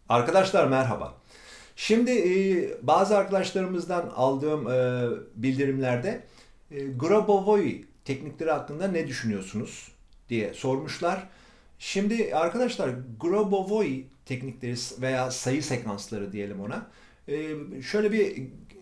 Arkadaşlar merhaba. Şimdi bazı arkadaşlarımızdan aldığım bildirimlerde Grabovoi teknikleri hakkında ne düşünüyorsunuz diye sormuşlar. Şimdi arkadaşlar Grabovoi teknikleri veya sayı sekansları diyelim ona. Şöyle bir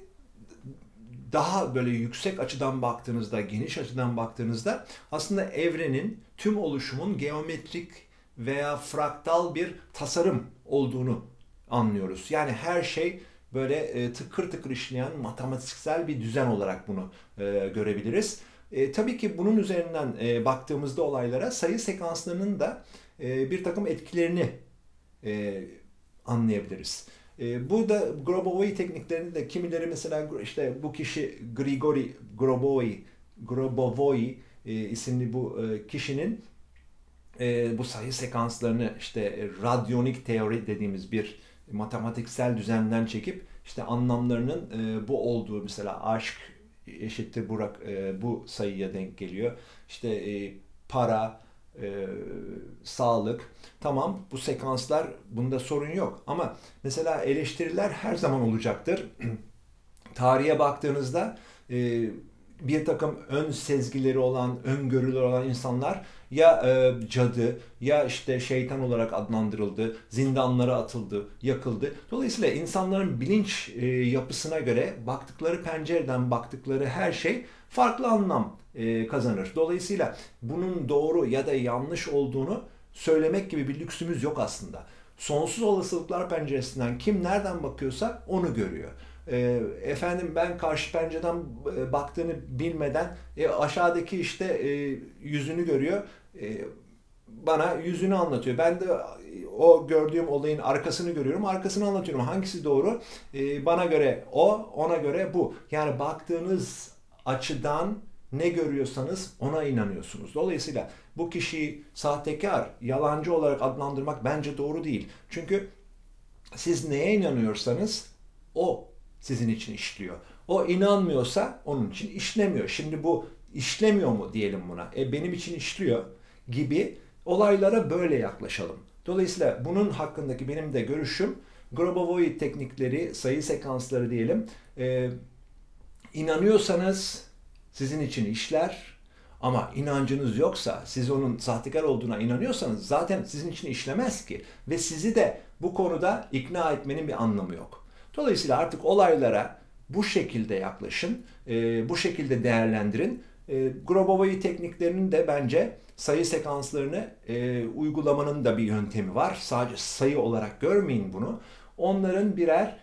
daha böyle yüksek açıdan baktığınızda, geniş açıdan baktığınızda aslında evrenin tüm oluşumun geometrik veya fraktal bir tasarım olduğunu anlıyoruz. Yani her şey böyle tıkır tıkır işleyen matematiksel bir düzen olarak bunu görebiliriz. Tabii ki bunun üzerinden baktığımızda olaylara sayı sekanslarının da bir takım etkilerini e, anlayabiliriz. Burada Grabovoi tekniklerini de kimileri mesela işte bu kişi Grigori Grabovoi isimli bu kişinin bu sayı sekanslarını işte radyonik teori dediğimiz bir matematiksel düzenden çekip işte anlamlarının bu olduğu mesela aşk eşittir Burak bu sayıya denk geliyor. İşte para, e, sağlık. Tamam bu sekanslar bunda sorun yok ama mesela eleştiriler her zaman olacaktır. Tarihe baktığınızda bir takım ön sezgileri olan, öngörüleri olan insanlar ya cadı ya işte şeytan olarak adlandırıldı, zindanlara atıldı, yakıldı. Dolayısıyla insanların bilinç yapısına göre baktıkları pencereden baktıkları her şey farklı anlam kazanır. Dolayısıyla bunun doğru ya da yanlış olduğunu söylemek gibi bir lüksümüz yok aslında. Sonsuz olasılıklar penceresinden kim nereden bakıyorsa onu görüyor. Efendim ben karşı pencereden baktığını bilmeden aşağıdaki işte yüzünü görüyor. Bana yüzünü anlatıyor. Ben de o gördüğüm olayın arkasını görüyorum. Arkasını anlatıyorum. Hangisi doğru? Bana göre o, ona göre bu. Yani baktığınız açıdan ne görüyorsanız ona inanıyorsunuz. Dolayısıyla bu kişiyi sahtekar, yalancı olarak adlandırmak bence doğru değil. Çünkü siz neye inanıyorsanız o sizin için işliyor. O inanmıyorsa onun için işlemiyor. Şimdi bu işlemiyor mu diyelim buna? Benim için işliyor gibi olaylara böyle yaklaşalım. Dolayısıyla bunun hakkındaki benim de görüşüm Grabovoi teknikleri, sayı sekansları diyelim. İnanıyorsanız sizin için işler ama inancınız yoksa, siz onun sahtekar olduğuna inanıyorsanız zaten sizin için işlemez ki. Ve sizi de bu konuda ikna etmenin bir anlamı yok. Dolayısıyla artık olaylara bu şekilde yaklaşın, bu şekilde değerlendirin. Grabovoi tekniklerinin de bence sayı sekanslarını uygulamanın da bir yöntemi var. Sadece sayı olarak görmeyin bunu. Onların birer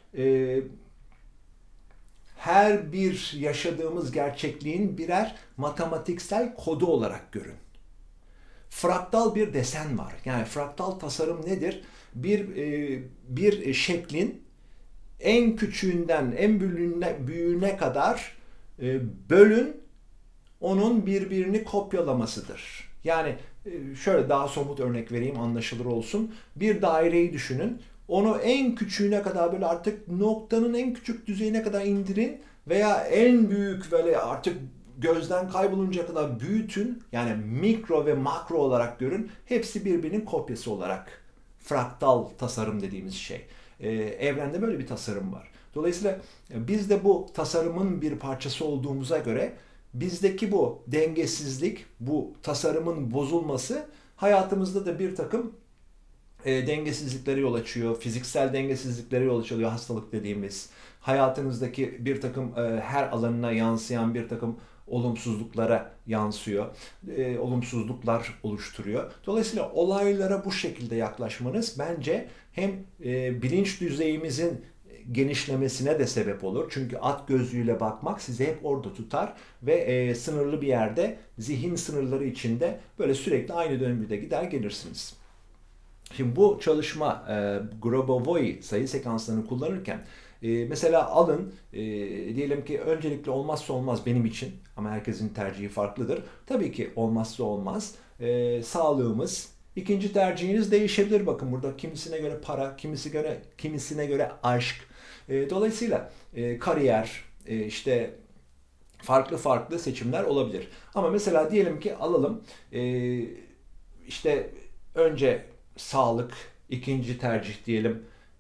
her bir yaşadığımız gerçekliğin birer matematiksel kodu olarak görün. Fraktal bir desen var. Yani fraktal tasarım nedir? Bir şeklin en küçüğünden en büyüğüne kadar bölün onun birbirini kopyalamasıdır. Yani şöyle daha somut örnek vereyim anlaşılır olsun. Bir daireyi düşünün. Onu en küçüğüne kadar böyle artık noktanın en küçük düzeyine kadar indirin veya en büyük böyle artık gözden kaybolunca kadar büyütün. Yani mikro ve makro olarak görün. Hepsi birbirinin kopyası olarak fraktal tasarım dediğimiz şey. Evrende böyle bir tasarım var. Dolayısıyla biz de bu tasarımın bir parçası olduğumuza göre bizdeki bu dengesizlik, bu tasarımın bozulması hayatımızda da bir takım dengesizliklere yol açıyor. Fiziksel dengesizliklere yol açıyor hastalık dediğimiz. Hayatınızdaki bir takım her alanına yansıyan bir takım olumsuzluklara yansıyor. Olumsuzluklar oluşturuyor. Dolayısıyla olaylara bu şekilde yaklaşmanız bence hem bilinç düzeyimizin genişlemesine de sebep olur. Çünkü at gözlüğüyle bakmak sizi hep orada tutar ve sınırlı bir yerde zihin sınırları içinde böyle sürekli aynı döngüde gider gelirsiniz. Şimdi bu çalışma Grabovoi sayı sekanslarını kullanırken mesela alın diyelim ki öncelikle olmazsa olmaz benim için ama herkesin tercihi farklıdır. Tabii ki olmazsa olmaz sağlığımız. İkinci tercihiniz değişebilir. Bakın burada kimisine göre para, kimisine göre aşk. Dolayısıyla kariyer, işte farklı farklı seçimler olabilir. Ama mesela diyelim ki alalım işte önce sağlık, ikinci tercih diyelim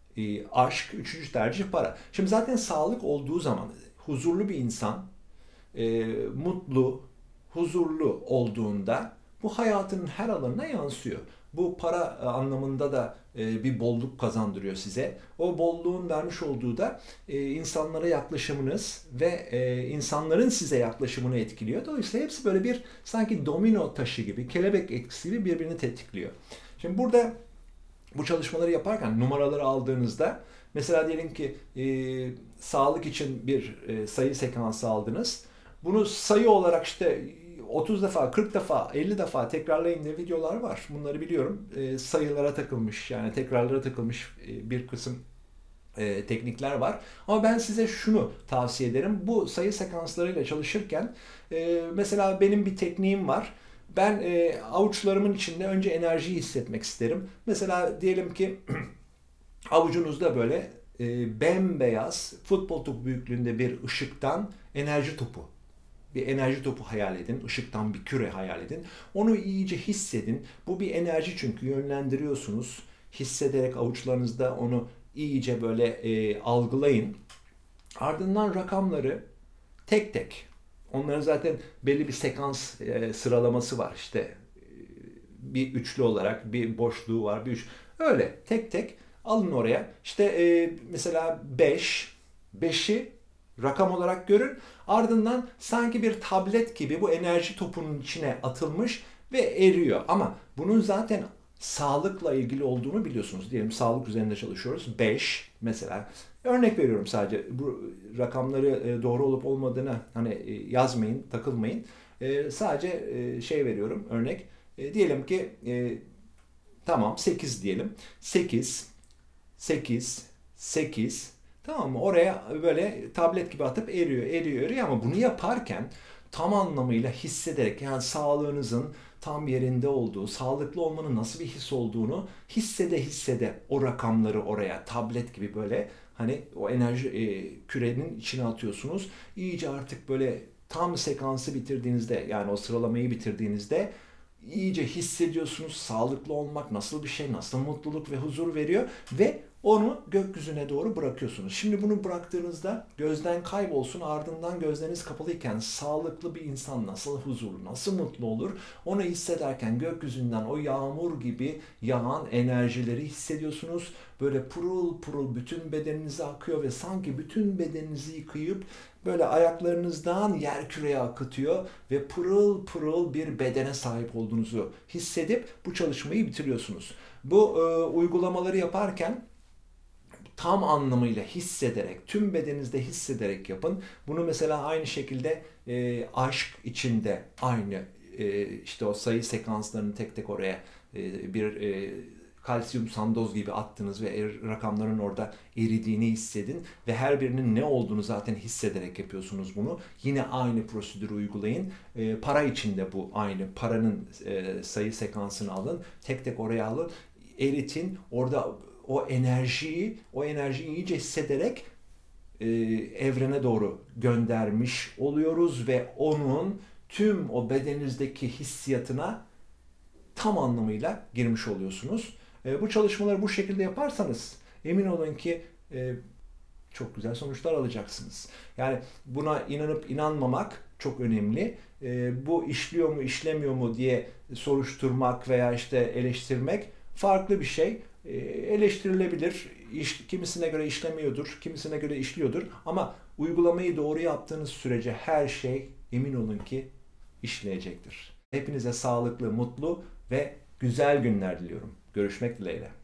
aşk, üçüncü tercih para. Şimdi zaten sağlık olduğu zaman huzurlu bir insan, mutlu, huzurlu olduğunda bu hayatının her alanına yansıyor. Bu para anlamında da bir bolluk kazandırıyor size. O bolluğun vermiş olduğu da insanlara yaklaşımınız ve insanların size yaklaşımını etkiliyor. Dolayısıyla hepsi böyle bir sanki domino taşı gibi, kelebek etkisi gibi birbirini tetikliyor. Şimdi burada bu çalışmaları yaparken numaraları aldığınızda mesela diyelim ki sağlık için bir sayı sekansı aldınız. Bunu sayı olarak işte 30 defa, 40 defa, 50 defa tekrarlayın diye videolar var. Bunları biliyorum. Sayılara takılmış yani tekrarlara takılmış bir kısım teknikler var. Ama ben size şunu tavsiye ederim. Bu sayı sekanslarıyla çalışırken mesela benim bir tekniğim var. Ben avuçlarımın içinde önce enerjiyi hissetmek isterim. Mesela diyelim ki avucunuzda böyle bembeyaz futbol topu büyüklüğünde bir ışıktan enerji topu. Bir enerji topu hayal edin. Işıktan bir küre hayal edin. Onu iyice hissedin. Bu bir enerji çünkü yönlendiriyorsunuz. Hissederek avuçlarınızda onu iyice böyle algılayın. Ardından rakamları tek tek. Onların zaten belli bir sekans sıralaması var. İşte bir üçlü olarak bir boşluğu var. Bir üç. Öyle tek tek alın oraya. İşte mesela 5, 5'i rakam olarak görün. Ardından sanki bir tablet gibi bu enerji topunun içine atılmış ve eriyor. Ama bunun zaten sağlıkla ilgili olduğunu biliyorsunuz. Diyelim sağlık üzerinde çalışıyoruz. 5 mesela. Örnek veriyorum sadece. Bu rakamları doğru olup olmadığını hani yazmayın, takılmayın. Sadece şey veriyorum örnek. Diyelim ki tamam 8 diyelim. 8, 8, 8. Tamam mı? Oraya böyle tablet gibi atıp eriyor, eriyor, eriyor ama bunu yaparken tam anlamıyla hissederek yani sağlığınızın tam yerinde olduğu, sağlıklı olmanın nasıl bir his olduğunu hissede hissede o rakamları oraya tablet gibi böyle hani o enerji kürenin içine atıyorsunuz. İyice artık böyle tam sekansı bitirdiğinizde yani o sıralamayı bitirdiğinizde iyice hissediyorsunuz sağlıklı olmak nasıl bir şey, nasıl mutluluk ve huzur veriyor ve onu gökyüzüne doğru bırakıyorsunuz. Şimdi bunu bıraktığınızda gözden kaybolsun ardından gözleriniz kapalıyken sağlıklı bir insan nasıl huzurlu, nasıl mutlu olur onu hissederken gökyüzünden o yağmur gibi yağan enerjileri hissediyorsunuz. Böyle pırıl pırıl bütün bedeninize akıyor ve sanki bütün bedeninizi yıkayıp böyle ayaklarınızdan yerküreye akıtıyor ve pırıl pırıl bir bedene sahip olduğunuzu hissedip bu çalışmayı bitiriyorsunuz. Bu uygulamaları yaparken tam anlamıyla hissederek, tüm bedeninizde hissederek yapın. Bunu mesela aynı şekilde aşk içinde aynı işte o sayı sekanslarını tek tek oraya bir kalsiyum sandoz gibi attınız ve rakamların orada eridiğini hissedin ve her birinin ne olduğunu zaten hissederek yapıyorsunuz bunu. Yine aynı prosedürü uygulayın. Para içinde bu aynı. Paranın sayı sekansını alın. Tek tek oraya alın. Eritin. Orada o enerjiyi iyice hissederek evrene doğru göndermiş oluyoruz ve onun tüm o bedeninizdeki hissiyatına tam anlamıyla girmiş oluyorsunuz. Bu çalışmaları bu şekilde yaparsanız emin olun ki çok güzel sonuçlar alacaksınız. Yani buna inanıp inanmamak çok önemli. Bu işliyor mu işlemiyor mu diye soruşturmak veya işte eleştirmek farklı bir şey. Eleştirilebilir. Kimisine göre işlemiyordur, kimisine göre işliyordur. Ama uygulamayı doğru yaptığınız sürece her şey emin olun ki işleyecektir. Hepinize sağlıklı, mutlu ve güzel günler diliyorum. Görüşmek dileğiyle.